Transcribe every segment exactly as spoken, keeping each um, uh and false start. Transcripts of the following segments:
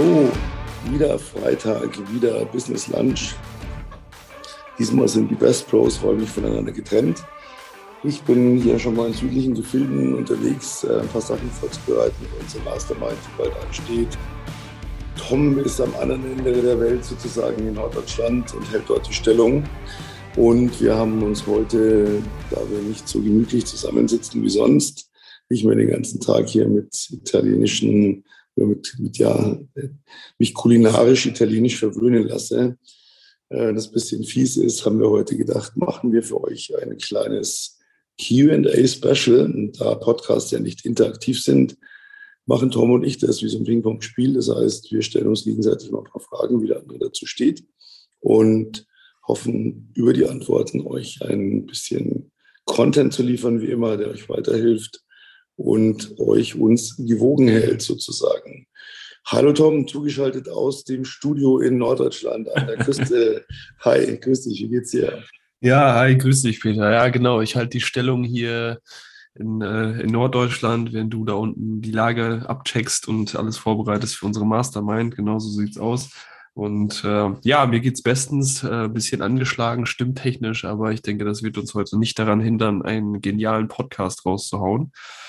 So, wieder Freitag, wieder Business Lunch. Diesmal sind die Best Pros räumlich voneinander getrennt. Ich bin hier schon mal in südlichen Gefilden unterwegs, ein paar Sachen vorzubereiten für unsere Mastermind, die bald ansteht. Tom ist am anderen Ende der Welt sozusagen in Norddeutschland und hält dort die Stellung. Und wir haben uns heute, da wir nicht so gemütlich zusammensitzen wie sonst, nicht mehr den ganzen Tag hier mit italienischen, mit, mit ja, mich kulinarisch italienisch verwöhnen lasse, das ein bisschen fies ist, haben wir heute gedacht, machen wir für euch ein kleines Q and A-Special. Und da Podcasts ja nicht interaktiv sind, machen Tom und ich das wie so ein Ping-Pong-Spiel. Das heißt, wir stellen uns gegenseitig mal ein paar Fragen, wie der andere dazu steht, und hoffen, über die Antworten euch ein bisschen Content zu liefern, wie immer, der euch weiterhilft und euch uns gewogen hält, sozusagen. Hallo Tom, zugeschaltet aus dem Studio in Norddeutschland an der Küste. Hi, grüß dich, wie geht's dir? Ja, hi, grüß dich, Peter. Ja, genau, ich halte die Stellung hier in, äh, in Norddeutschland, während du da unten die Lage abcheckst und alles vorbereitest für unsere Mastermind. Genau so sieht's aus. Und äh, ja, mir geht's bestens, äh, bisschen angeschlagen, stimmtechnisch, aber ich denke, das wird uns heute nicht daran hindern, einen genialen Podcast rauszuhauen.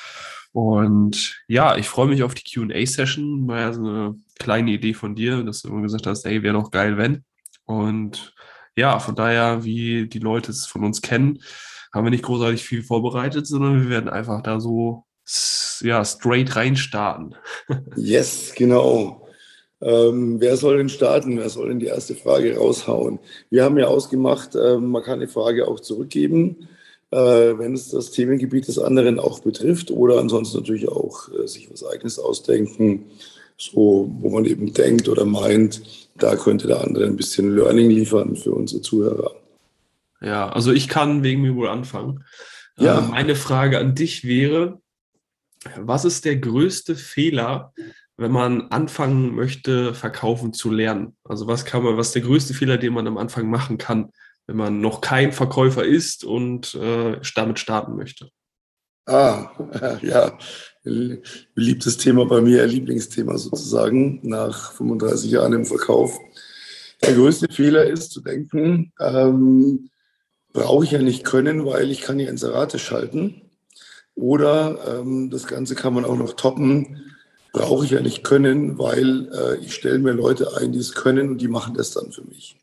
Und ja, ich freue mich auf die Q and A-Session. War ja so eine kleine Idee von dir, dass du immer gesagt hast, ey, wäre doch geil, wenn. Und ja, von daher, wie die Leute es von uns kennen, haben wir nicht großartig viel vorbereitet, sondern wir werden einfach da so ja, straight reinstarten. Yes, genau. Ähm, wer soll denn starten? Wer soll denn die erste Frage raushauen? Wir haben ja ausgemacht, äh, man kann eine Frage auch zurückgeben, äh, wenn es das Themengebiet des anderen auch betrifft, oder ansonsten natürlich auch äh, sich was Eigenes ausdenken, so wo man eben denkt oder meint, da könnte der andere ein bisschen Learning liefern für unsere Zuhörer. Ja, also ich kann wegen mir wohl anfangen. Äh, Ja, meine Frage an dich wäre, was ist der größte Fehler, wenn man anfangen möchte, verkaufen zu lernen? Also was kann man, was ist der größte Fehler, den man am Anfang machen kann, wenn man noch kein Verkäufer ist und äh, damit starten möchte? ah, ja, beliebtes Thema bei mir, Lieblingsthema sozusagen, nach fünfunddreißig Jahren im Verkauf. Der größte Fehler ist zu denken, ähm, brauche ich ja nicht können, weil ich kann ja Inserate schalten. Oder ähm, das Ganze kann man auch noch toppen, brauche ich ja nicht können, weil äh, ich stelle mir Leute ein, die es können, und die machen das dann für mich.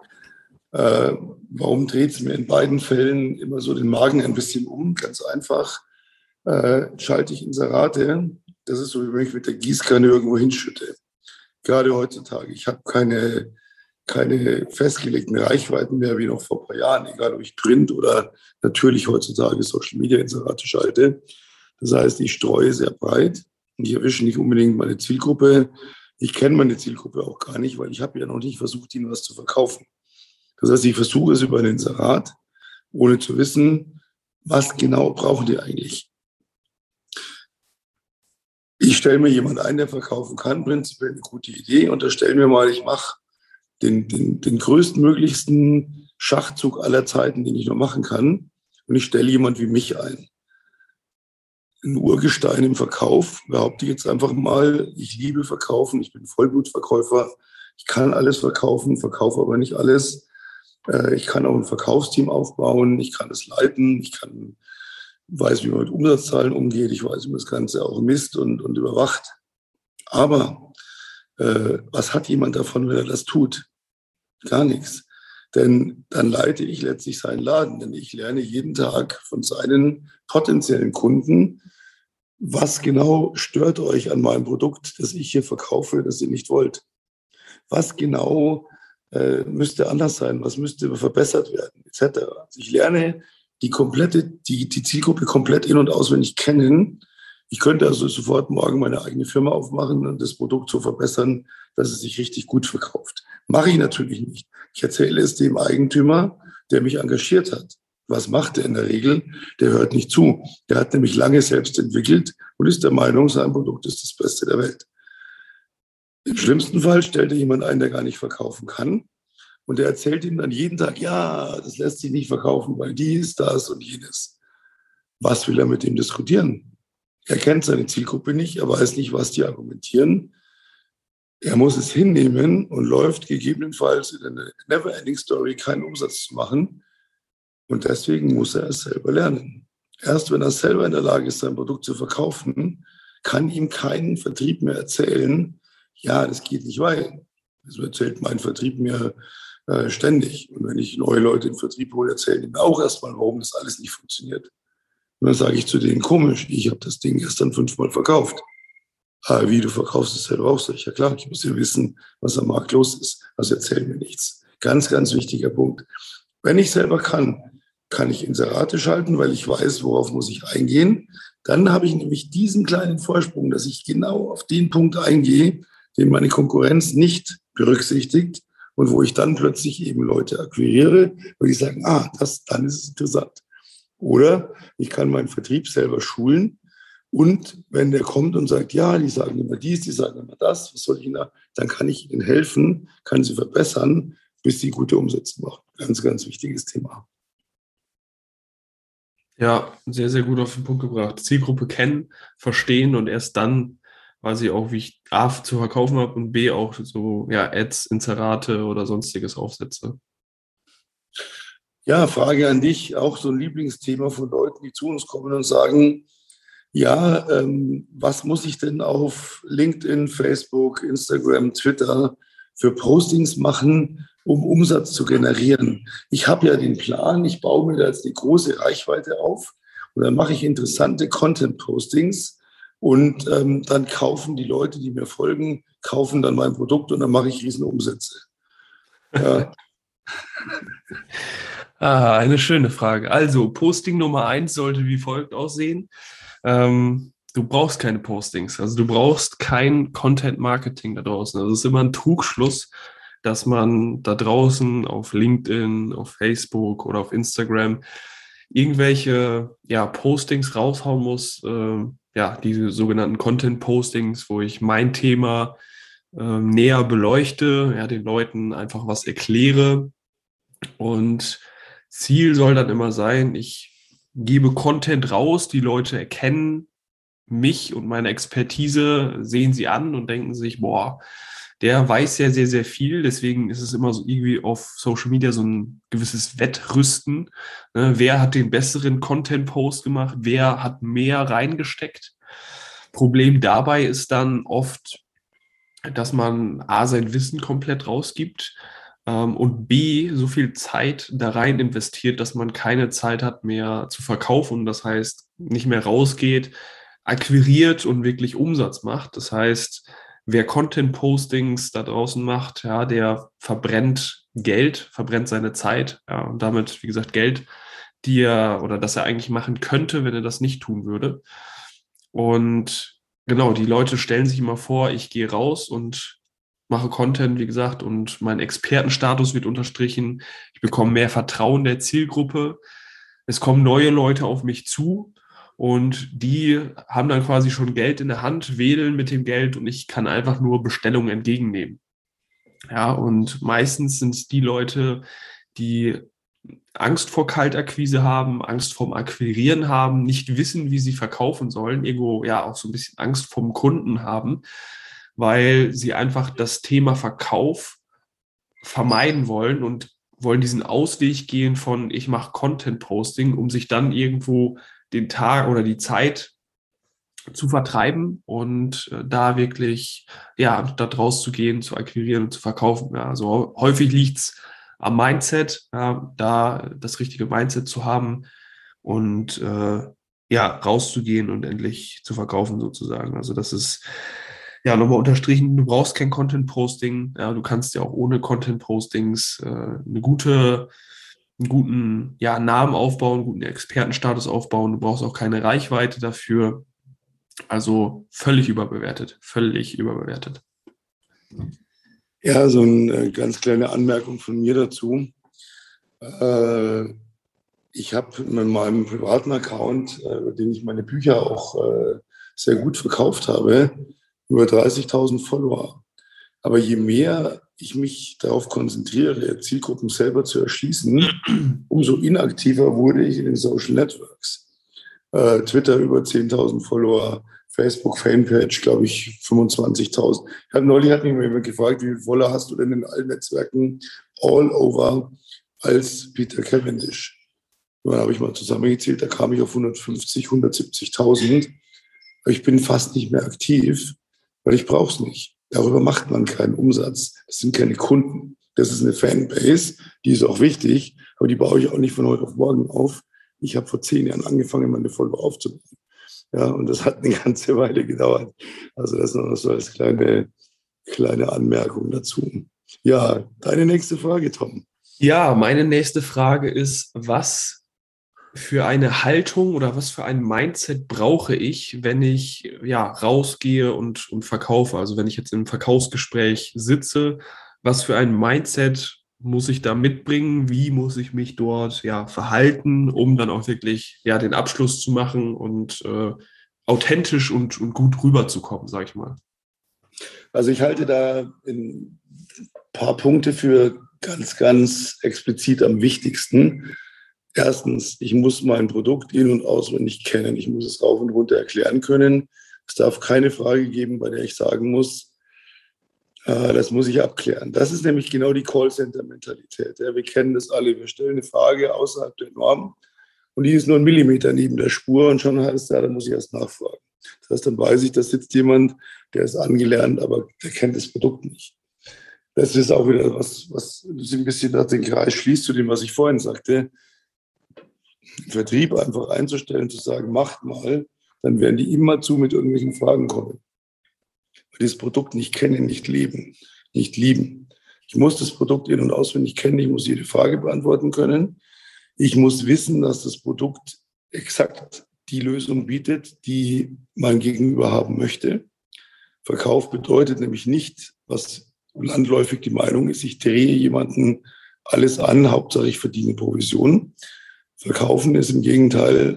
Äh, warum dreht es mir in beiden Fällen immer so den Magen ein bisschen um? Ganz einfach. Äh, schalte ich Inserate, das ist so, wie wenn ich mit der Gießkanne irgendwo hinschütte. Gerade heutzutage. Ich habe keine, keine festgelegten Reichweiten mehr wie noch vor ein paar Jahren, egal ob ich Print oder natürlich heutzutage Social Media Inserate schalte. Das heißt, ich streue sehr breit und ich erwische nicht unbedingt meine Zielgruppe. Ich kenne meine Zielgruppe auch gar nicht, weil ich habe ja noch nicht versucht, ihnen was zu verkaufen. Das heißt, ich versuche es über ein Inserat, ohne zu wissen, was genau brauchen die eigentlich. Ich stelle mir jemanden ein, der verkaufen kann, prinzipiell eine gute Idee. Unterstellen wir mal, ich mache den, den, den größtmöglichsten Schachzug aller Zeiten, den ich noch machen kann. Und ich stelle jemanden wie mich ein. Ein Urgestein im Verkauf, behaupte ich jetzt einfach mal. Ich liebe Verkaufen, ich bin Vollblutverkäufer. Ich kann alles verkaufen, verkaufe aber nicht alles. Ich kann auch ein Verkaufsteam aufbauen, ich kann es leiten, ich kann, weiß, wie man mit Umsatzzahlen umgeht, ich weiß, wie man das Ganze auch misst und, und überwacht. Aber äh, was hat jemand davon, wenn er das tut? Gar nichts. Denn dann leite ich letztlich seinen Laden, denn ich lerne jeden Tag von seinen potenziellen Kunden, was genau stört euch an meinem Produkt, das ich hier verkaufe, das ihr nicht wollt. Was genau äh, müsste anders sein, was müsste verbessert werden, et cetera. Also ich lerne die komplette, die, die Zielgruppe komplett in- und auswendig kennen. Ich könnte also sofort morgen meine eigene Firma aufmachen und das Produkt so verbessern, dass es sich richtig gut verkauft. Mache ich natürlich nicht. Ich erzähle es dem Eigentümer, der mich engagiert hat. Was macht er in der Regel? Der hört nicht zu. Der hat nämlich lange selbst entwickelt und ist der Meinung, sein Produkt ist das Beste der Welt. Im schlimmsten Fall stellt er jemanden ein, der gar nicht verkaufen kann. Und der erzählt ihm dann jeden Tag, ja, das lässt sich nicht verkaufen, weil dies, das und jenes. Was will er mit dem diskutieren? Er kennt seine Zielgruppe nicht, er weiß nicht, was die argumentieren. Er muss es hinnehmen und läuft gegebenenfalls in einer Never-Ending-Story keinen Umsatz zu machen. Und deswegen muss er es selber lernen. Erst wenn er selber in der Lage ist, sein Produkt zu verkaufen, kann ihm kein Vertrieb mehr erzählen, ja, das geht nicht weiter. Das erzählt mein Vertrieb mir äh, ständig. Und wenn ich neue Leute in den Vertrieb hole, erzählen die mir auch erstmal, warum das alles nicht funktioniert. Und dann sage ich zu denen, komisch, ich habe das Ding gestern fünfmal verkauft. Ah, wie, du verkaufst es selber auch? Sag ich, ja klar, ich muss ja wissen, was am Markt los ist. Also erzähl mir nichts. Ganz, ganz wichtiger Punkt. Wenn ich selber kann, kann ich Inserate schalten, weil ich weiß, worauf muss ich eingehen. Dann habe ich nämlich diesen kleinen Vorsprung, dass ich genau auf den Punkt eingehe, den meine Konkurrenz nicht berücksichtigt und wo ich dann plötzlich eben Leute akquiriere, weil die sagen, ah, das, dann ist es interessant. Oder ich kann meinen Vertrieb selber schulen und wenn der kommt und sagt, ja, die sagen immer dies, die sagen immer das, was soll ich ihnen da, dann kann ich ihnen helfen, kann sie verbessern, bis sie gute Umsätze machen. Ganz, ganz wichtiges Thema. Ja, sehr, sehr gut auf den Punkt gebracht. Zielgruppe kennen, verstehen und erst dann weiß ich auch, wie ich A zu verkaufen habe und B auch so ja, Ads, Inserate oder sonstiges aufsetze. Ja, Frage an dich, auch so ein Lieblingsthema von Leuten, die zu uns kommen und sagen, ja, ähm, was muss ich denn auf LinkedIn, Facebook, Instagram, Twitter für Postings machen, um Umsatz zu generieren? Ich habe ja den Plan, ich baue mir da jetzt eine große Reichweite auf und dann mache ich interessante Content-Postings und ähm, dann kaufen die Leute, die mir folgen, kaufen dann mein Produkt und dann mache ich riesen Umsätze. Ja. Ah, eine schöne Frage. Also, Posting Nummer eins sollte wie folgt aussehen. Ähm, du brauchst keine Postings, also du brauchst kein Content-Marketing da draußen. Also es ist immer ein Trugschluss, dass man da draußen auf LinkedIn, auf Facebook oder auf Instagram irgendwelche ja, Postings raushauen muss, äh, ja, diese sogenannten Content-Postings, wo ich mein Thema äh, näher beleuchte, ja, den Leuten einfach was erkläre. Und Ziel soll dann immer sein, ich gebe Content raus, die Leute erkennen mich und meine Expertise, sehen sie an und denken sich, boah, der weiß ja sehr, sehr viel. Deswegen ist es immer so irgendwie auf Social Media so ein gewisses Wettrüsten. Ne? Wer hat den besseren Content-Post gemacht? Wer hat mehr reingesteckt? Problem dabei ist dann oft, dass man A, sein Wissen komplett rausgibt ähm, und B, so viel Zeit da rein investiert, dass man keine Zeit hat mehr zu verkaufen. Das heißt, nicht mehr rausgeht, akquiriert und wirklich Umsatz macht. Das heißt, wer Content-Postings da draußen macht, ja, der verbrennt Geld, verbrennt seine Zeit, ja, und damit, wie gesagt, Geld, die er oder das er eigentlich machen könnte, wenn er das nicht tun würde. Und genau, die Leute stellen sich immer vor, ich gehe raus und mache Content, wie gesagt, und mein Expertenstatus wird unterstrichen. Ich bekomme mehr Vertrauen der Zielgruppe. Es kommen neue Leute auf mich zu und die haben dann quasi schon Geld in der Hand, wählen mit dem Geld und ich kann einfach nur Bestellungen entgegennehmen. Ja, und meistens sind es die Leute, die Angst vor Kaltakquise haben, Angst vorm Akquirieren haben, nicht wissen, wie sie verkaufen sollen, irgendwo ja auch so ein bisschen Angst vom Kunden haben, weil sie einfach das Thema Verkauf vermeiden wollen und wollen diesen Ausweg gehen von ich mache Content-Posting, um sich dann irgendwo den Tag oder die Zeit zu vertreiben und äh, da wirklich ja da draus zu gehen, zu akquirieren und zu verkaufen. Ja, also häufig liegt es am Mindset, ja, da das richtige Mindset zu haben und äh, ja, rauszugehen und endlich zu verkaufen sozusagen. Also das ist ja nochmal unterstrichen, du brauchst kein Content-Posting, ja, du kannst ja auch ohne Content-Postings äh, eine gute, einen guten ja, Namen aufbauen, einen guten Expertenstatus aufbauen, du brauchst auch keine Reichweite dafür. Also völlig überbewertet, völlig überbewertet. Ja, so eine ganz kleine Anmerkung von mir dazu. Äh, ich habe mit meinem privaten Account, äh, den ich meine Bücher auch äh, sehr gut verkauft habe, über dreißigtausend Follower. Aber je mehr ich mich darauf konzentriere, Zielgruppen selber zu erschließen, umso inaktiver wurde ich in den Social Networks. Äh, Twitter über zehntausend Follower, Facebook-Fanpage, glaube ich, fünfundzwanzigtausend. Ich habe neulich hat mich mal jemand gefragt, wie viele Follower hast du denn in allen Netzwerken all over als Peter Cavendish? Und dann habe ich mal zusammengezählt, da kam ich auf hundertfünfzig, hundertsiebzigtausend. Aber ich bin fast nicht mehr aktiv, weil ich brauche es nicht. Darüber macht man keinen Umsatz. Das sind keine Kunden. Das ist eine Fanbase, die ist auch wichtig, aber die baue ich auch nicht von heute auf morgen auf. Ich habe vor zehn Jahren angefangen, meine Follower aufzubauen. Ja, und das hat eine ganze Weile gedauert. Also das noch so als kleine, kleine Anmerkung dazu. Ja, deine nächste Frage, Tom. Ja, meine nächste Frage ist, was für eine Haltung oder was für ein Mindset brauche ich, wenn ich ja rausgehe und, und verkaufe? Also wenn ich jetzt im Verkaufsgespräch sitze, was für ein Mindset muss ich da mitbringen? Wie muss ich mich dort ja verhalten, um dann auch wirklich ja den Abschluss zu machen und äh, authentisch und, und gut rüberzukommen, sag ich mal? Also ich halte da ein paar Punkte für ganz, ganz explizit am wichtigsten. Erstens, ich muss mein Produkt in- und auswendig kennen. Ich muss es rauf und runter erklären können. Es darf keine Frage geben, bei der ich sagen muss, äh, das muss ich abklären. Das ist nämlich genau die Callcenter-Mentalität. Ja, wir kennen das alle. Wir stellen eine Frage außerhalb der Norm und die ist nur ein Millimeter neben der Spur und schon heißt es, ja, da muss ich erst nachfragen. Das heißt, dann weiß ich, da sitzt jemand, der ist angelernt, aber der kennt das Produkt nicht. Das ist auch wieder was, was ein bisschen den Kreis schließt zu dem, was ich vorhin sagte. Vertrieb einfach einzustellen, zu sagen, macht mal, dann werden die immerzu mit irgendwelchen Fragen kommen. Weil die das Produkt nicht kennen, nicht leben, nicht lieben. Ich muss das Produkt in- und auswendig kennen, ich muss jede Frage beantworten können. Ich muss wissen, dass das Produkt exakt die Lösung bietet, die mein Gegenüber haben möchte. Verkauf bedeutet nämlich nicht, was landläufig die Meinung ist, ich drehe jemanden alles an, Hauptsache ich verdiene Provision. Verkaufen ist im Gegenteil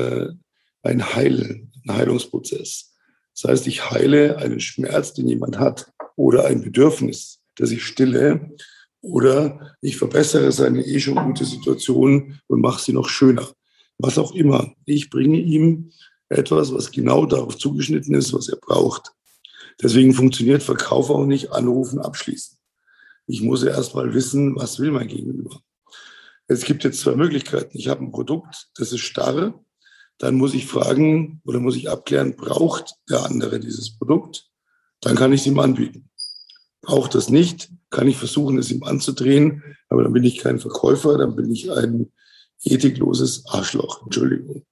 äh, ein Heilen, ein Heilungsprozess. Das heißt, ich heile einen Schmerz, den jemand hat, oder ein Bedürfnis, das ich stille, oder ich verbessere seine eh schon gute Situation und mache sie noch schöner. Was auch immer. Ich bringe ihm etwas, was genau darauf zugeschnitten ist, was er braucht. Deswegen funktioniert Verkauf auch nicht anrufen, abschließen. Ich muss erst mal wissen, was will mein Gegenüber. Es gibt jetzt zwei Möglichkeiten. Ich habe ein Produkt, das ist starr. Dann muss ich fragen oder muss ich abklären, braucht der andere dieses Produkt? Dann kann ich es ihm anbieten. Braucht das nicht, kann ich versuchen, es ihm anzudrehen. Aber dann bin ich kein Verkäufer, dann bin ich ein ethikloses Arschloch. Entschuldigung.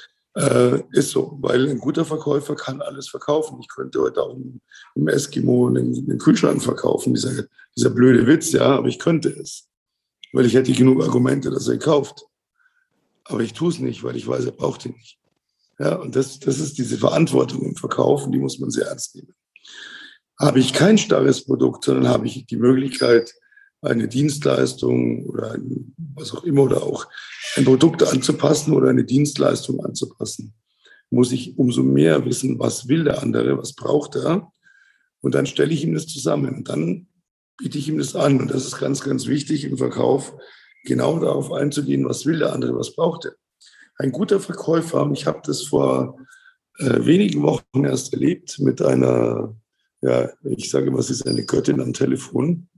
Äh, ist so, weil ein guter Verkäufer kann alles verkaufen. Ich könnte heute auch im Eskimo einen, einen Kühlschrank verkaufen. Dieser, dieser blöde Witz, ja, aber ich könnte es. Weil ich hätte genug Argumente, dass er ihn kauft. Aber ich tue es nicht, weil ich weiß, er braucht ihn nicht. Ja, und das, das ist diese Verantwortung im Verkauf, und die muss man sehr ernst nehmen. Habe ich kein starres Produkt, sondern habe ich die Möglichkeit, eine Dienstleistung oder ein, was auch immer oder auch ein Produkt anzupassen oder eine Dienstleistung anzupassen, muss ich umso mehr wissen, was will der andere, was braucht er, und dann stelle ich ihm das zusammen und dann biete ich ihm das an. Und das ist ganz, ganz wichtig im Verkauf, genau darauf einzugehen, was will der andere, was braucht er. Ein guter Verkäufer, und ich habe das vor äh, wenigen Wochen erst erlebt mit einer, ja, ich sage mal, sie ist eine Göttin am Telefon,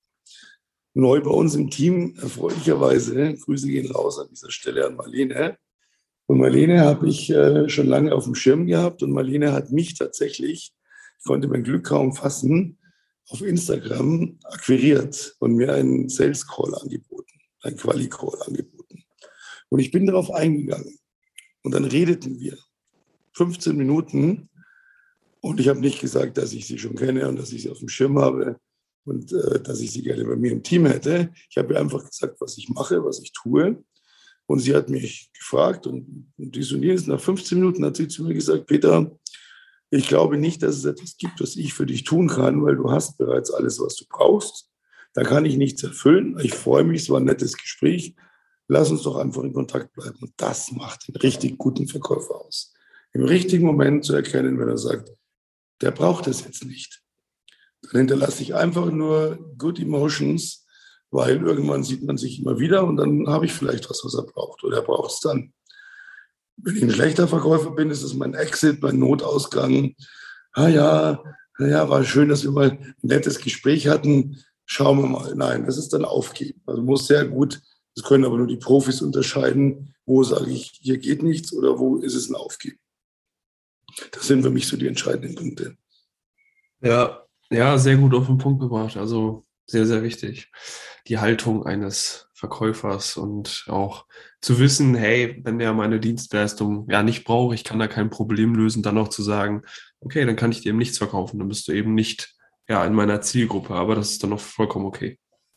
neu bei uns im Team, erfreulicherweise, Grüße gehen raus an dieser Stelle an Marlene. Und Marlene habe ich äh, schon lange auf dem Schirm gehabt, und Marlene hat mich tatsächlich, ich konnte mein Glück kaum fassen, auf Instagram akquiriert und mir einen Sales Call angeboten, einen Quali Call angeboten. Und ich bin darauf eingegangen. Und dann redeten wir fünfzehn Minuten, und ich habe nicht gesagt, dass ich sie schon kenne und dass ich sie auf dem Schirm habe und äh, dass ich sie gerne bei mir im Team hätte. Ich habe ihr einfach gesagt, was ich mache, was ich tue. Und sie hat mich gefragt und, und dies und jenes. Nach fünfzehn Minuten hat sie zu mir gesagt, Peter, ich glaube nicht, dass es etwas gibt, was ich für dich tun kann, weil du hast bereits alles, was du brauchst. Da kann ich nichts erfüllen. Ich freue mich, es war ein nettes Gespräch. Lass uns doch einfach in Kontakt bleiben. Und das macht den richtig guten Verkäufer aus. Im richtigen Moment zu erkennen, wenn er sagt, der braucht es jetzt nicht. Dann hinterlasse ich einfach nur good emotions, weil irgendwann sieht man sich immer wieder und dann habe ich vielleicht was, was er braucht, oder er braucht es dann. Wenn ich ein schlechter Verkäufer bin, ist es mein Exit, mein Notausgang. Ah ja, na ja, war schön, dass wir mal ein nettes Gespräch hatten. Schauen wir mal. Nein, das ist dann Aufgeben. Also muss sehr gut, das können aber nur die Profis unterscheiden, wo sage ich, hier geht nichts oder wo ist es ein Aufgeben. Das sind für mich so die entscheidenden Punkte. Ja, ja, sehr gut auf den Punkt gebracht. Also sehr, sehr wichtig. Die Haltung eines Verkäufers und auch zu wissen, hey, wenn der meine Dienstleistung ja nicht braucht, ich kann da kein Problem lösen, dann auch zu sagen, okay, dann kann ich dir eben nichts verkaufen, dann bist du eben nicht ja in meiner Zielgruppe, aber das ist dann auch vollkommen okay.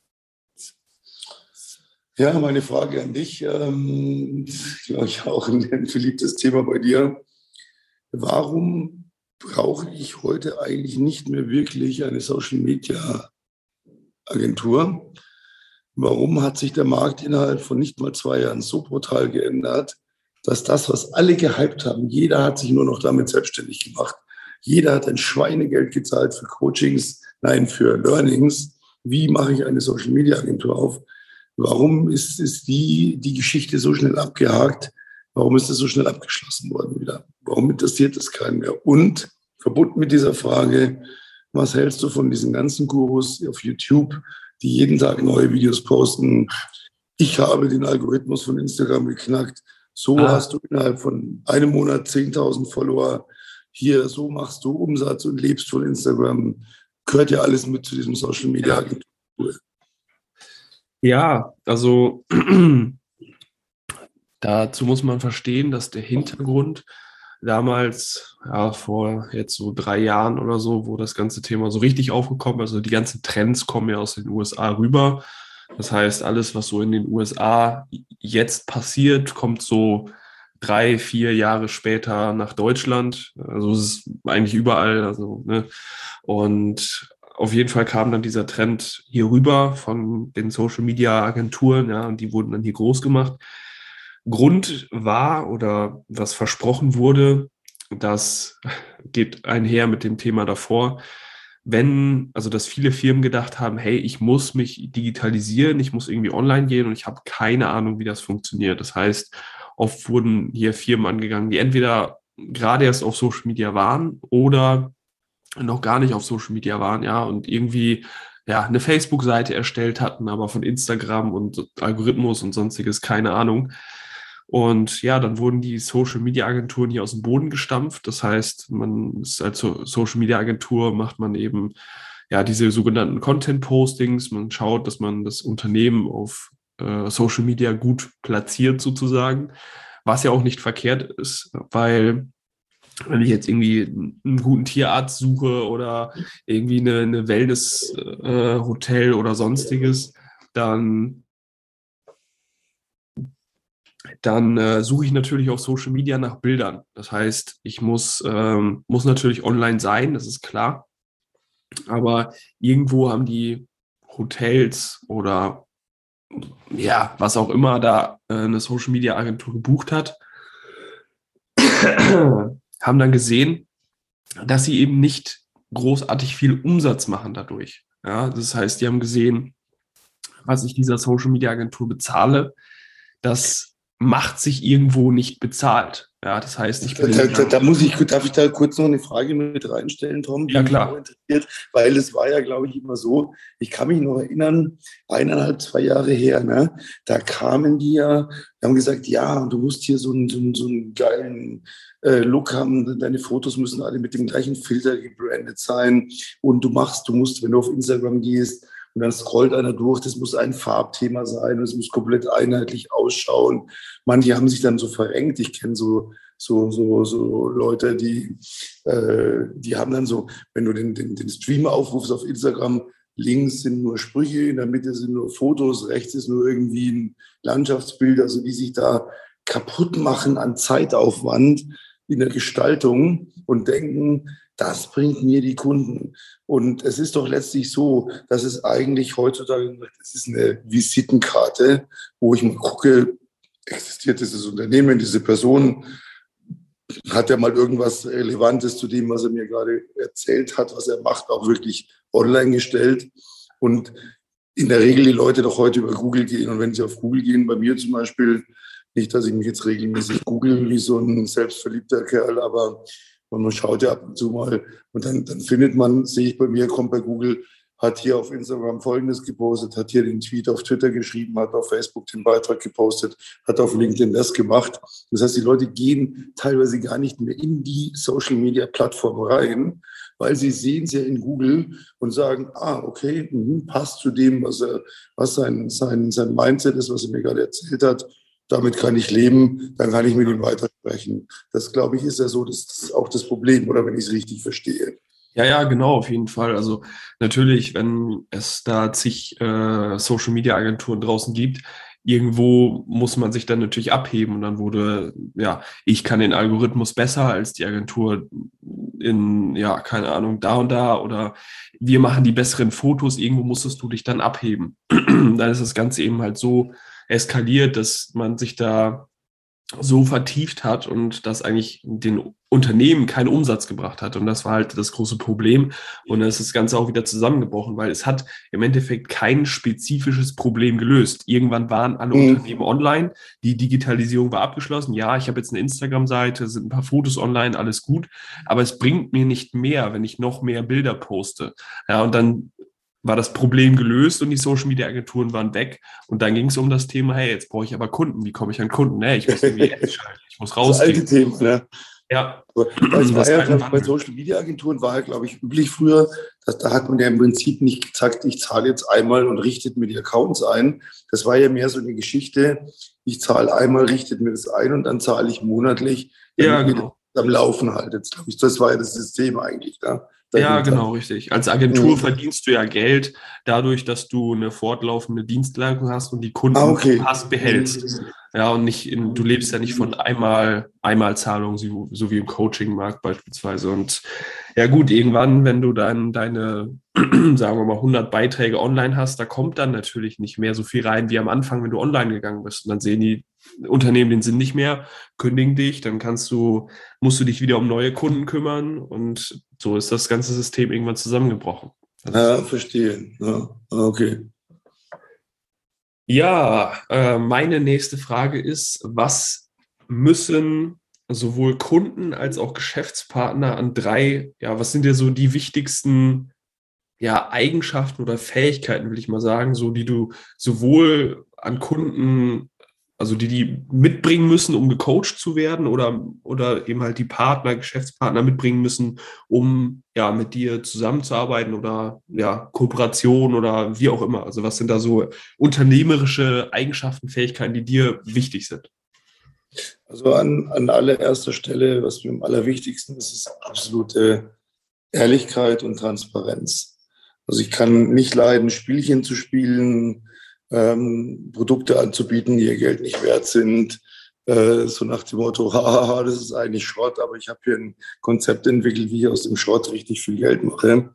Ja, meine Frage an dich, ähm, glaube ich auch ein beliebtes Thema bei dir. Warum brauche ich heute eigentlich nicht mehr wirklich eine Social-Media-Agentur? Warum hat sich der Markt innerhalb von nicht mal zwei Jahren so brutal geändert, dass das, was alle gehypt haben, jeder hat sich nur noch damit selbstständig gemacht. Jeder hat ein Schweinegeld gezahlt für Coachings, nein, für Learnings. Wie mache ich eine Social-Media-Agentur auf? Warum ist, ist die, die Geschichte so schnell abgehakt? Warum ist das so schnell abgeschlossen worden wieder? Warum interessiert das keinen mehr? Und verbunden mit dieser Frage, was hältst du von diesen ganzen Gurus auf YouTube, die jeden Tag neue Videos posten? Ich habe den Algorithmus von Instagram geknackt. So ah. hast du innerhalb von einem Monat zehntausend Follower. Hier, so machst du Umsatz und lebst von Instagram. Gehört ja alles mit zu diesem Social Media Agentur. Ja, also dazu muss man verstehen, dass der Hintergrund damals, ja, vor jetzt so drei Jahren oder so, wo das ganze Thema so richtig aufgekommen ist, also die ganzen Trends kommen ja aus den U S A rüber. Das heißt, alles, was so in den U S A jetzt passiert, kommt so drei, vier Jahre später nach Deutschland. Also es ist eigentlich überall. Also, ne? Und auf jeden Fall kam dann dieser Trend hier rüber von den Social-Media-Agenturen, ja, und die wurden dann hier groß gemacht. Grund war oder was versprochen wurde, das geht einher mit dem Thema davor, wenn, also dass viele Firmen gedacht haben, hey, ich muss mich digitalisieren, ich muss irgendwie online gehen und ich habe keine Ahnung, wie das funktioniert. Das heißt, oft wurden hier Firmen angegangen, die entweder gerade erst auf Social Media waren oder noch gar nicht auf Social Media waren, ja, und irgendwie ja eine Facebook-Seite erstellt hatten, aber von Instagram und Algorithmus und sonstiges keine Ahnung. Und ja, dann wurden die Social-Media-Agenturen hier aus dem Boden gestampft. Das heißt, man ist als Social-Media-Agentur, macht man eben ja diese sogenannten Content-Postings. Man schaut, dass man das Unternehmen auf äh, Social Media gut platziert sozusagen, was ja auch nicht verkehrt ist, weil wenn ich jetzt irgendwie einen guten Tierarzt suche oder irgendwie eine, eine Wellness-Hotel äh, oder sonstiges, dann dann äh, suche ich natürlich auf Social Media nach Bildern. Das heißt, ich muss, ähm, muss natürlich online sein, das ist klar. Aber irgendwo haben die Hotels oder ja, was auch immer da äh, eine Social Media Agentur gebucht hat, haben dann gesehen, dass sie eben nicht großartig viel Umsatz machen dadurch. Ja, das heißt, die haben gesehen, was ich dieser Social Media Agentur bezahle, das macht sich irgendwo nicht bezahlt. Ja, das heißt, ich bin da, da, da muss ich, darf ich da kurz noch eine Frage mit reinstellen, Tom? Ja, klar. Weil es war ja, glaube ich, immer so, ich kann mich noch erinnern, eineinhalb, zwei Jahre her, ne, da kamen die ja, haben gesagt, ja, du musst hier so einen, so einen, so einen geilen äh, Look haben, deine Fotos müssen alle mit dem gleichen Filter gebrandet sein und du machst, du musst, wenn du auf Instagram gehst, und dann scrollt einer durch, das muss ein Farbthema sein, das muss komplett einheitlich ausschauen. Manche haben sich dann so verrenkt. Ich kenne so, so, so, so Leute, die, äh, die haben dann so, wenn du den, den, den Stream aufrufst auf Instagram, links sind nur Sprüche, in der Mitte sind nur Fotos, rechts ist nur irgendwie ein Landschaftsbild, also die sich da kaputt machen an Zeitaufwand in der Gestaltung und denken, das bringt mir die Kunden. Und es ist doch letztlich so, dass es eigentlich heutzutage, das ist eine Visitenkarte, wo ich mal gucke, existiert dieses Unternehmen, diese Person, hat er mal irgendwas Relevantes zu dem, was er mir gerade erzählt hat, was er macht, auch wirklich online gestellt. Und in der Regel die Leute doch heute über Google gehen. Und wenn sie auf Google gehen, bei mir zum Beispiel, Nicht, dass ich mich jetzt regelmäßig google wie so ein selbstverliebter Kerl, aber man schaut ja ab und zu mal und dann, dann findet man, sehe ich bei mir, kommt bei Google, hat hier auf Instagram Folgendes gepostet, hat hier den Tweet auf Twitter geschrieben, hat auf Facebook den Beitrag gepostet, hat auf LinkedIn das gemacht. Das heißt, die Leute gehen teilweise gar nicht mehr in die Social-Media-Plattform rein, weil sie sehen es ja in Google und sagen, ah, okay, mh, passt zu dem, was, er, was sein, sein, sein Mindset ist, was er mir gerade erzählt hat. Damit kann ich leben, dann kann ich mit ihm weitersprechen. Das, glaube ich, ist ja so, das ist auch das Problem, oder wenn ich es richtig verstehe. Ja, ja, genau, auf jeden Fall. Also natürlich, wenn es da zig äh, Social-Media-Agenturen draußen gibt, irgendwo muss man sich dann natürlich abheben. Und dann wurde, ja, ich kann den Algorithmus besser als die Agentur in, ja, keine Ahnung, da und da. Oder wir machen die besseren Fotos. Irgendwo musstest du dich dann abheben. Dann ist das Ganze eben halt so eskaliert, dass man sich da so vertieft hat und das eigentlich den Unternehmen keinen Umsatz gebracht hat. Und das war halt das große Problem. Und dann ist das Ganze auch wieder zusammengebrochen, weil es hat im Endeffekt kein spezifisches Problem gelöst. Irgendwann waren alle mhm. Unternehmen online, die Digitalisierung war abgeschlossen. Ja, ich habe jetzt eine Instagram-Seite, sind ein paar Fotos online, alles gut. Aber es bringt mir nicht mehr, wenn ich noch mehr Bilder poste. Ja, und dann war das Problem gelöst und die Social-Media-Agenturen waren weg. Und dann ging es um das Thema, hey, jetzt brauche ich aber Kunden. Wie komme ich an Kunden? Nee, ich muss irgendwie Ads schalten, ich muss rausgehen. Das alte Thema, ne? Ja. Das war ja, glaube ich, bei Social-Media-Agenturen war ja, glaube ich, üblich früher, dass da hat man ja im Prinzip nicht gesagt, ich zahle jetzt einmal und richtet mir die Accounts ein. Das war ja mehr so eine Geschichte, ich zahle einmal, richtet mir das ein und dann zahle ich monatlich, ja, genau. am Laufen haltet. Glaube ich, das war ja das System eigentlich, ne? Ja, genau, richtig. Als Agentur mhm. verdienst du ja Geld dadurch, dass du eine fortlaufende Dienstleistung hast und die Kunden ah, okay. hast, behältst. Ja, und nicht in, du lebst ja nicht von einmal Einmalzahlung, so, so wie im Coaching-Markt beispielsweise. Und ja gut, irgendwann, wenn du dann deine, sagen wir mal, hundert Beiträge online hast, da kommt dann natürlich nicht mehr so viel rein wie am Anfang, wenn du online gegangen bist. Und dann sehen die Unternehmen den Sinn nicht mehr, kündigen dich, dann kannst du, musst du dich wieder um neue Kunden kümmern und so ist das ganze System irgendwann zusammengebrochen. Also, ja, verstehe. Ja, okay. Ja, äh, meine nächste Frage ist, was müssen sowohl Kunden als auch Geschäftspartner an drei, ja, was sind ja so die wichtigsten ja, Eigenschaften oder Fähigkeiten, will ich mal sagen, so die du sowohl an Kunden, also die die mitbringen müssen, um gecoacht zu werden oder, oder eben halt die Partner, Geschäftspartner mitbringen müssen, um ja mit dir zusammenzuarbeiten oder ja, Kooperation oder wie auch immer. Also was sind da so unternehmerische Eigenschaften, Fähigkeiten, die dir wichtig sind? Also an, an allererster Stelle, was mir am allerwichtigsten ist, ist absolute Ehrlichkeit und Transparenz. Also ich kann nicht leiden, Spielchen zu spielen, ähm, Produkte anzubieten, die ihr Geld nicht wert sind, äh, so nach dem Motto, haha, das ist eigentlich Schrott, aber ich habe hier ein Konzept entwickelt, wie ich aus dem Schrott richtig viel Geld mache.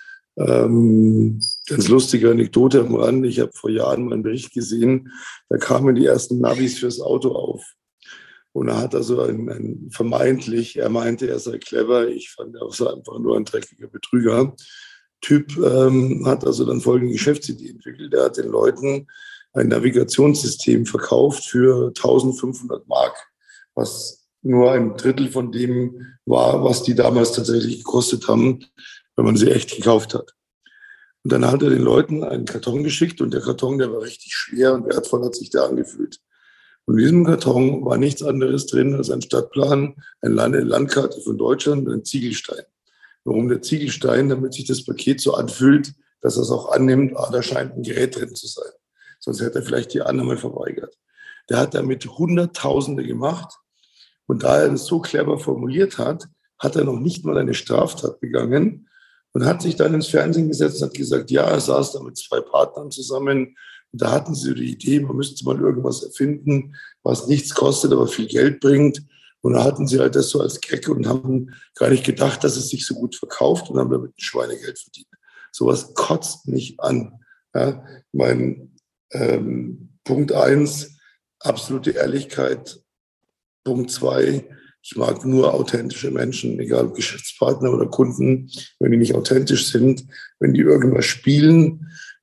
Ähm, ganz lustige Anekdote am Rand, ich habe vor Jahren mal einen Bericht gesehen, da kamen die ersten Navis fürs Auto auf. Und er hat also ein, ein vermeintlich, er meinte, er sei clever, ich fand, er sei einfach nur ein dreckiger Betrüger. Typ ähm, hat also dann folgende Geschäftsidee entwickelt. Er hat den Leuten ein Navigationssystem verkauft für eintausendfünfhundert Mark, was nur ein Drittel von dem war, was die damals tatsächlich gekostet haben, wenn man sie echt gekauft hat. Und dann hat er den Leuten einen Karton geschickt und der Karton, der war richtig schwer und wertvoll hat sich der angefühlt. Und in diesem Karton war nichts anderes drin als ein Stadtplan, eine Landkarte von Deutschland und ein Ziegelstein. Warum der Ziegelstein? Damit sich das Paket so anfühlt, dass er es auch annimmt, ah, da scheint ein Gerät drin zu sein. Sonst hätte er vielleicht die Annahme verweigert. Der hat damit Hunderttausende gemacht und da er es so clever formuliert hat, hat er noch nicht mal eine Straftat begangen und hat sich dann ins Fernsehen gesetzt und hat gesagt, ja, er saß da mit zwei Partnern zusammen. Und da hatten sie die Idee, man müsste mal irgendwas erfinden, was nichts kostet, aber viel Geld bringt. Und da hatten sie halt das so als Gag und haben gar nicht gedacht, dass es sich so gut verkauft und haben damit ein Schweinegeld verdient. Sowas kotzt mich an. Ja, mein ähm, Punkt eins, absolute Ehrlichkeit. Punkt zwei, ich mag nur authentische Menschen, egal ob Geschäftspartner oder Kunden. Wenn die nicht authentisch sind, wenn die irgendwas spielen,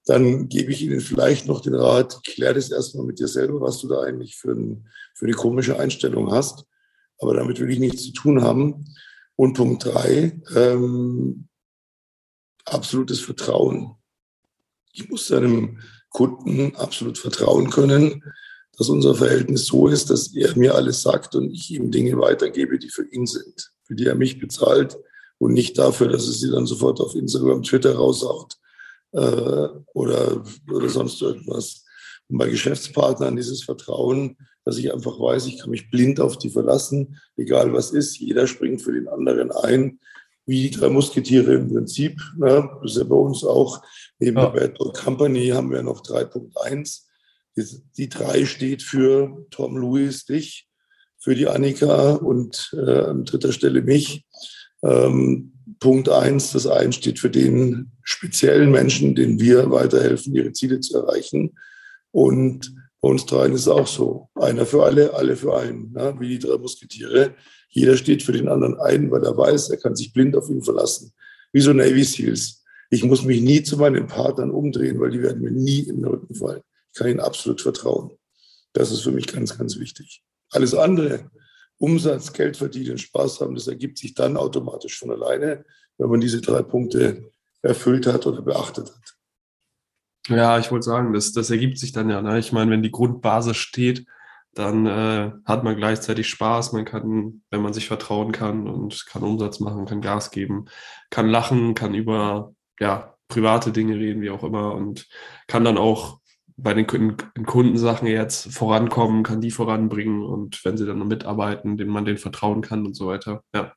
dann gebe ich Ihnen vielleicht noch den Rat, klär das erstmal mit dir selber, was du da eigentlich für, ein, für eine komische Einstellung hast. Aber damit will ich nichts zu tun haben. Und Punkt drei, ähm, absolutes Vertrauen. Ich muss seinem Kunden absolut vertrauen können, dass unser Verhältnis so ist, dass er mir alles sagt und ich ihm Dinge weitergebe, die für ihn sind, für die er mich bezahlt und nicht dafür, dass er sie dann sofort auf Instagram, Twitter raushaut äh, oder, oder sonst irgendwas. Und bei Geschäftspartnern dieses Vertrauen, dass ich einfach weiß, ich kann mich blind auf die verlassen, egal was ist, jeder springt für den anderen ein, wie die drei Musketiere im Prinzip. Ne? Das ist ja bei uns auch. Neben ja. der Bad Boy Company haben wir noch drei Punkt eins. Die, die drei steht für Tom, Louis, dich, für die Annika und äh, an dritter Stelle mich. Ähm, Punkt eins, das eins steht für den speziellen Menschen, denen wir weiterhelfen, ihre Ziele zu erreichen. Und bei uns dreien ist es auch so. Einer für alle, alle für einen, ne? Wie die drei Musketiere. Jeder steht für den anderen ein, weil er weiß, er kann sich blind auf ihn verlassen. Wie so Navy Seals. Ich muss mich nie zu meinen Partnern umdrehen, weil die werden mir nie in den Rücken fallen. Ich kann ihnen absolut vertrauen. Das ist für mich ganz, ganz wichtig. Alles andere, Umsatz, Geld verdienen, Spaß haben, das ergibt sich dann automatisch von alleine, wenn man diese drei Punkte erfüllt hat oder beachtet hat. Ja, ich wollte sagen, das, das ergibt sich dann ja. Ne? Ich meine, wenn die Grundbasis steht, dann äh, hat man gleichzeitig Spaß, man kann, wenn man sich vertrauen kann und kann Umsatz machen, kann Gas geben, kann lachen, kann über ja, private Dinge reden, wie auch immer und kann dann auch bei den Kundensachen jetzt vorankommen, kann die voranbringen und wenn sie dann mitarbeiten, denen man denen vertrauen kann und so weiter. Ja.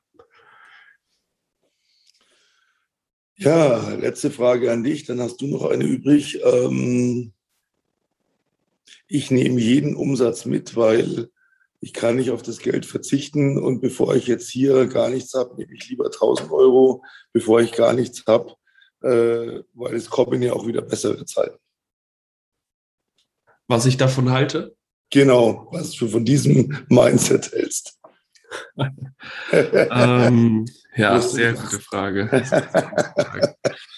Ja, letzte Frage an dich, dann hast du noch eine übrig. Ähm, ich nehme jeden Umsatz mit, weil ich kann nicht auf das Geld verzichten und bevor ich jetzt hier gar nichts habe, nehme ich lieber tausend Euro, bevor ich gar nichts habe, äh, weil es kommen ja auch wieder bessere Zeiten. Was ich davon halte? Genau, was du von diesem Mindset hältst. ähm, ja, sehr gute Frage. Sehr gute Frage.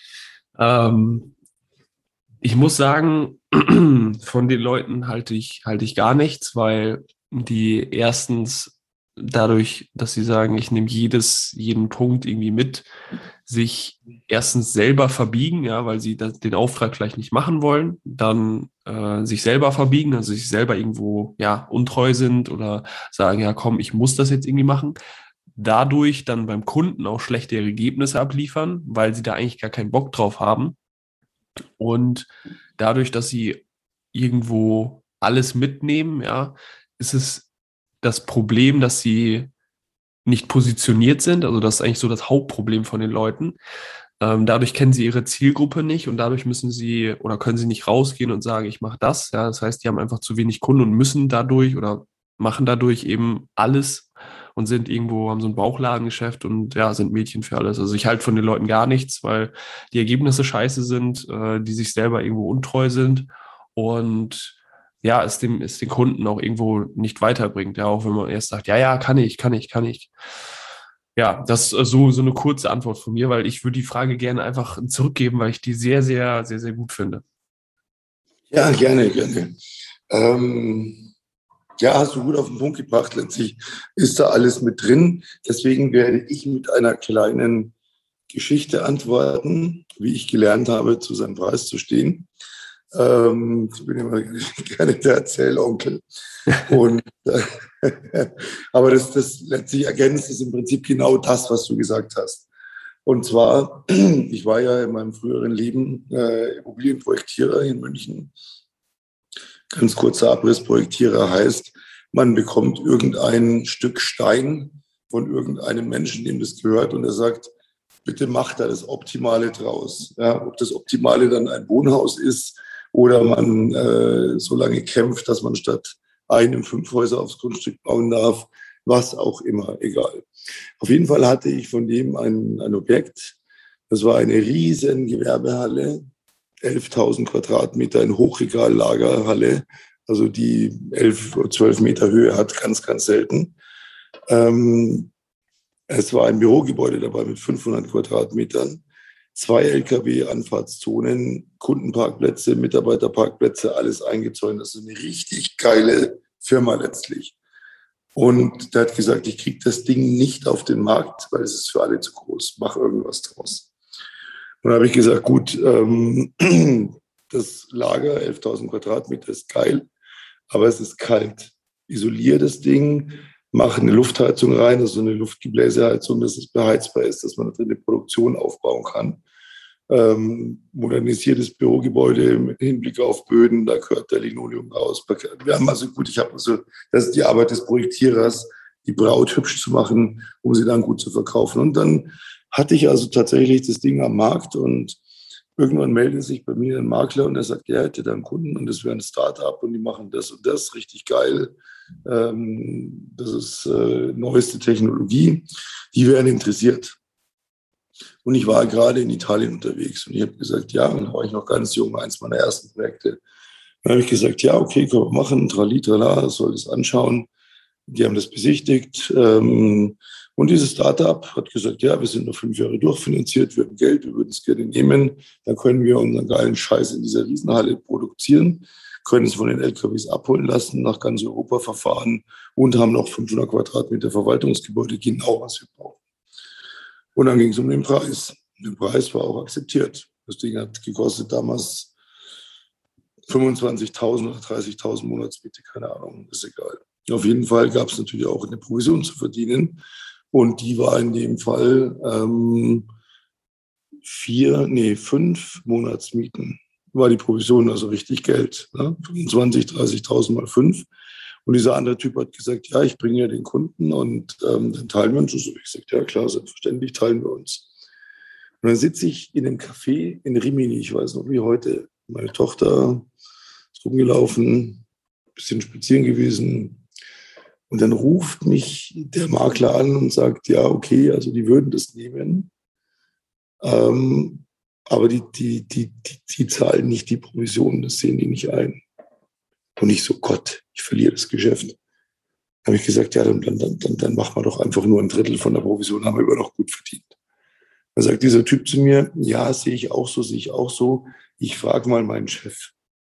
ähm, ich muss sagen, von den Leuten halte ich, halte ich gar nichts, weil die erstens dadurch, dass sie sagen, ich nehme jedes, jeden Punkt irgendwie mit, sich erstens selber verbiegen, ja, weil sie das, den Auftrag vielleicht nicht machen wollen, dann äh, sich selber verbiegen, also sich selber irgendwo ja untreu sind oder sagen, ja komm, ich muss das jetzt irgendwie machen. Dadurch dann beim Kunden auch schlechte Ergebnisse abliefern, weil sie da eigentlich gar keinen Bock drauf haben. Und dadurch, dass sie irgendwo alles mitnehmen, ja, ist es das Problem, dass sie nicht positioniert sind. Also das ist eigentlich so das Hauptproblem von den Leuten. Ähm, dadurch kennen sie ihre Zielgruppe nicht und dadurch müssen sie oder können sie nicht rausgehen und sagen, ich mache das. Ja, das heißt, die haben einfach zu wenig Kunden und müssen dadurch oder machen dadurch eben alles und sind irgendwo, haben so ein Bauchladengeschäft und ja, sind Mädchen für alles. Also ich halte von den Leuten gar nichts, weil die Ergebnisse scheiße sind, äh, die sich selber irgendwo untreu sind und ja, es dem, es den Kunden auch irgendwo nicht weiterbringt. Ja, auch wenn man erst sagt, ja, ja, kann ich, kann ich, kann ich. Ja, das ist so, so eine kurze Antwort von mir, weil ich würde die Frage gerne einfach zurückgeben, weil ich die sehr, sehr, sehr, sehr gut finde. Ja, gerne, gerne. Ähm, ja, hast du gut auf den Punkt gebracht. Letztlich ist da alles mit drin. Deswegen werde ich mit einer kleinen Geschichte antworten, wie ich gelernt habe, zu seinem Preis zu stehen. Ähm, ich bin immer gerne der Erzählonkel. Und, äh, aber das, das letztlich ergänzt ist im Prinzip genau das, was du gesagt hast. Und zwar, ich war ja in meinem früheren Leben äh, Immobilienprojektierer in München. Ganz kurzer Abriss, Projektierer heißt, man bekommt irgendein Stück Stein von irgendeinem Menschen, dem das gehört, und er sagt, bitte mach da das Optimale draus. Ja, ob das Optimale dann ein Wohnhaus ist oder man äh, so lange kämpft, dass man statt einem fünf Häuser aufs Grundstück bauen darf, was auch immer, egal. Auf jeden Fall hatte ich von dem ein, ein Objekt, das war eine riesen Gewerbehalle, elftausend Quadratmeter in Hochregallagerhalle, also die elf oder zwölf Meter Höhe hat, ganz, ganz selten. Ähm, es war ein Bürogebäude dabei mit fünfhundert Quadratmetern. zwei L K W-Anfahrtszonen, Kundenparkplätze, Mitarbeiterparkplätze, alles eingezäunt. Das ist eine richtig geile Firma letztlich. Und der hat gesagt, ich kriege das Ding nicht auf den Markt, weil es ist für alle zu groß. Mach irgendwas draus. Und dann habe ich gesagt, gut, ähm, das Lager, elftausend Quadratmeter, ist geil, aber es ist kalt. Isolier das Ding, mach eine Luftheizung rein, also eine Luftgebläseheizung, dass es beheizbar ist, dass man da drin eine Produktion aufbauen kann. Ähm, modernisiertes Bürogebäude mit Hinblick auf Böden, da gehört der Linoleum raus. Wir haben also, gut, ich habe also, das ist die Arbeit des Projektierers, die Braut hübsch zu machen, um sie dann gut zu verkaufen. Und dann hatte ich also tatsächlich das Ding am Markt und irgendwann meldet sich bei mir ein Makler und er sagt, er hätte da einen Kunden und das wäre ein Start-up und die machen das und das, richtig geil. Ähm, das ist äh, neueste Technologie, die wären interessiert. Und ich war gerade in Italien unterwegs und ich habe gesagt, ja, und da war ich noch ganz jung, eins meiner ersten Projekte. Dann habe ich gesagt, ja, okay, können wir machen, trali, trala, soll das anschauen. Die haben das besichtigt. Ähm, und dieses Startup hat gesagt, ja, wir sind noch fünf Jahre durchfinanziert, wir haben Geld, wir würden es gerne nehmen. Dann können wir unseren geilen Scheiß in dieser Riesenhalle produzieren, können es von den L K Ws abholen lassen, nach ganz Europa verfahren und haben noch fünfhundert Quadratmeter Verwaltungsgebäude, genau was wir brauchen. Und dann ging es um den Preis. Der Preis war auch akzeptiert. Das Ding hat gekostet damals fünfundzwanzigtausend oder dreißigtausend Monatsmiete, keine Ahnung, ist egal. Auf jeden Fall gab es natürlich auch eine Provision zu verdienen. Und die war in dem Fall ähm, vier, nee, fünf Monatsmieten. War die Provision also richtig Geld. Ne? fünfundzwanzigtausend, dreißigtausend mal fünf. Und dieser andere Typ hat gesagt, ja, ich bringe ja den Kunden und ähm, dann teilen wir uns. Und so ich sagte, ja klar, selbstverständlich teilen wir uns. Und dann sitze ich in einem Café in Rimini, ich weiß noch wie heute, meine Tochter ist rumgelaufen, ein bisschen spazieren gewesen. Und dann ruft mich der Makler an und sagt, ja, okay, also die würden das nehmen, ähm, aber die, die, die, die, die zahlen nicht die Provision, das sehen die nicht ein. Und ich so, Gott, ich verliere das Geschäft. Dann habe ich gesagt, ja, dann, dann, dann, dann machen wir doch einfach nur ein Drittel von der Provision, haben wir immer noch gut verdient. Dann sagt dieser Typ zu mir, ja, sehe ich auch so, sehe ich auch so. Ich frage mal meinen Chef.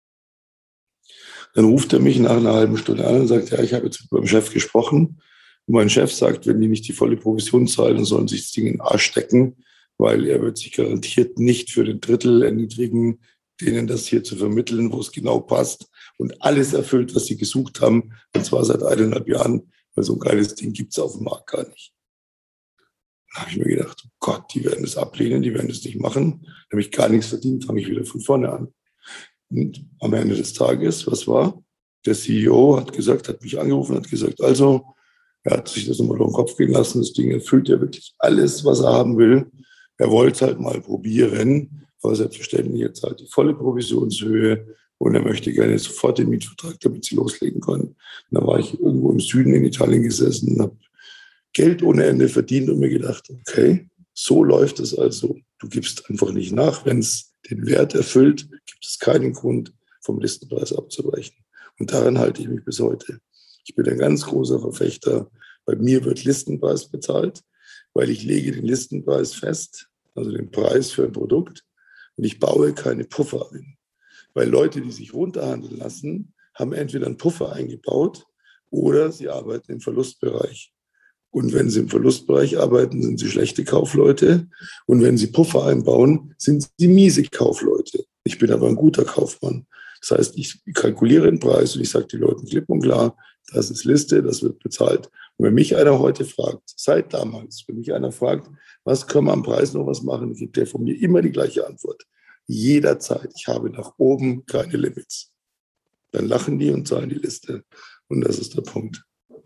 Dann ruft er mich nach einer halben Stunde an und sagt, ja, ich habe jetzt mit meinem Chef gesprochen. Und mein Chef sagt, wenn die nicht die volle Provision zahlen, dann sollen sie sich das Ding in den Arsch stecken, weil er wird sich garantiert nicht für den Drittel erniedrigen, denen das hier zu vermitteln, wo es genau passt und alles erfüllt, was sie gesucht haben, und zwar seit eineinhalb Jahren, weil so ein geiles Ding gibt es auf dem Markt gar nicht. Da habe ich mir gedacht, oh Gott, die werden das ablehnen, die werden das nicht machen. Da habe ich gar nichts verdient, fange ich wieder von vorne an. Und am Ende des Tages, was war? Der C E O hat gesagt, hat mich angerufen, hat gesagt, also, er hat sich das nochmal durch den Kopf gehen lassen, das Ding erfüllt ja wirklich alles, was er haben will. Er wollte es halt mal probieren, aber selbstverständlich jetzt halt die volle Provisionshöhe und er möchte gerne sofort den Mietvertrag, damit sie loslegen können. Und dann war ich irgendwo im Süden in Italien gesessen, habe Geld ohne Ende verdient und mir gedacht, okay, so läuft es also. Du gibst einfach nicht nach. Wenn es den Wert erfüllt, gibt es keinen Grund, vom Listenpreis abzuweichen. Und daran halte ich mich bis heute. Ich bin ein ganz großer Verfechter. Bei mir wird Listenpreis bezahlt, weil ich lege den Listenpreis fest, also den Preis für ein Produkt, und ich baue keine Puffer ein. Weil Leute, die sich runterhandeln lassen, haben entweder einen Puffer eingebaut oder sie arbeiten im Verlustbereich. Und wenn sie im Verlustbereich arbeiten, sind sie schlechte Kaufleute. Und wenn sie Puffer einbauen, sind sie miese Kaufleute. Ich bin aber ein guter Kaufmann. Das heißt, ich kalkuliere den Preis und ich sage den Leuten klipp und klar, das ist Liste, das wird bezahlt. Und wenn mich einer heute fragt, seit damals, wenn mich einer fragt, was können wir am Preis noch was machen, gibt der von mir immer die gleiche Antwort. Jederzeit. Ich habe nach oben keine Limits. Dann lachen die und zahlen die Liste. Und das ist der Punkt.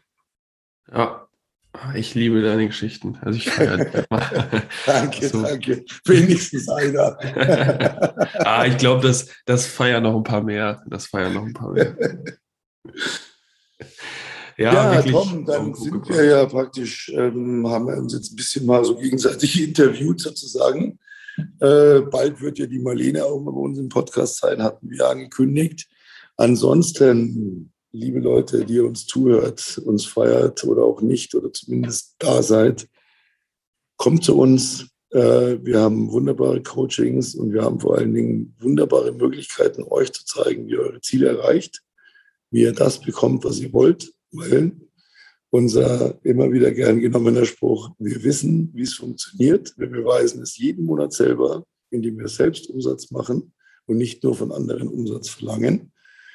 Ja. Ich liebe deine Geschichten. Also ich feiere Danke, so. Danke. Wenigstens einer. ah, ich glaube, das, das feiern noch ein paar mehr. Das feiern noch ein paar mehr. ja, ja wirklich, Tom, dann sind gebracht. wir ja praktisch, ähm, haben wir uns jetzt ein bisschen mal so gegenseitig interviewt sozusagen. Äh, bald wird ja die Marlene auch mal bei uns im Podcast sein, hatten wir angekündigt. Ansonsten, liebe Leute, die ihr uns zuhört, uns feiert oder auch nicht oder zumindest da seid, kommt zu uns, Äh, wir haben wunderbare Coachings und wir haben vor allen Dingen wunderbare Möglichkeiten, euch zu zeigen, wie ihr eure Ziele erreicht, wie ihr das bekommt, was ihr wollt. Weil unser immer wieder gern genommener Spruch, wir wissen, wie es funktioniert. Wir beweisen es jeden Monat selber, indem wir selbst Umsatz machen und nicht nur von anderen Umsatz verlangen.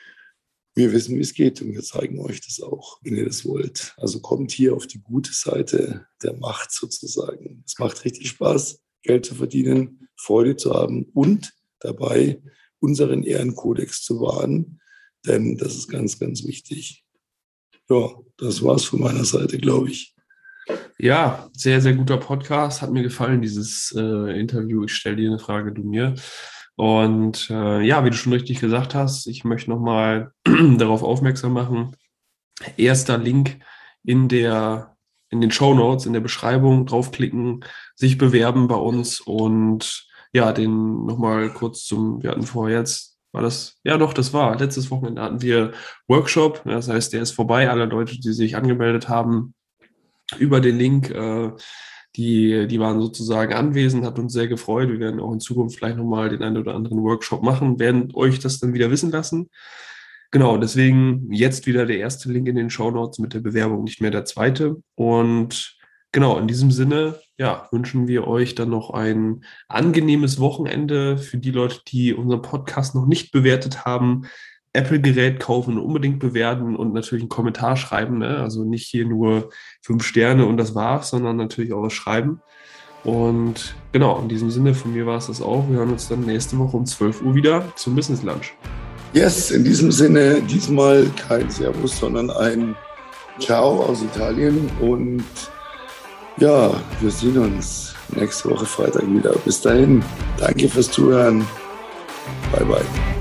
Wir wissen, wie es geht und wir zeigen euch das auch, wenn ihr das wollt. Also kommt hier auf die gute Seite der Macht sozusagen. Es macht richtig Spaß, Geld zu verdienen, Freude zu haben und dabei unseren Ehrenkodex zu wahren, denn das ist ganz, ganz wichtig. Ja, das war's von meiner Seite, glaube ich. Ja, sehr, sehr guter Podcast. Hat mir gefallen, dieses äh, Interview. Ich stelle dir eine Frage, du mir. Und äh, ja, wie du schon richtig gesagt hast, ich möchte nochmal darauf aufmerksam machen. Erster Link in der in den Shownotes, in der Beschreibung, draufklicken, sich bewerben bei uns und ja, den nochmal kurz zum, wir hatten vorher jetzt, war das, ja doch, das war, letztes Wochenende hatten wir Workshop, das heißt, der ist vorbei, alle Leute, die sich angemeldet haben, über den Link, äh, Die, die waren sozusagen anwesend, hat uns sehr gefreut. Wir werden auch in Zukunft vielleicht nochmal den einen oder anderen Workshop machen, werden euch das dann wieder wissen lassen. Genau, deswegen jetzt wieder der erste Link in den Shownotes mit der Bewerbung, nicht mehr der zweite. Und genau, in diesem Sinne, ja, wünschen wir euch dann noch ein angenehmes Wochenende. Für die Leute, die unseren Podcast noch nicht bewertet haben, Apple-Gerät kaufen, unbedingt bewerten und natürlich einen Kommentar schreiben. Ne? Also nicht hier nur fünf Sterne und das war's, sondern natürlich auch was schreiben. Und genau, in diesem Sinne, von mir war es das auch. Wir hören uns dann nächste Woche um zwölf Uhr wieder zum Business Lunch. Yes, in diesem Sinne, diesmal kein Servus, sondern ein Ciao aus Italien. Und ja, wir sehen uns nächste Woche Freitag wieder. Bis dahin, danke fürs Zuhören. Bye, bye.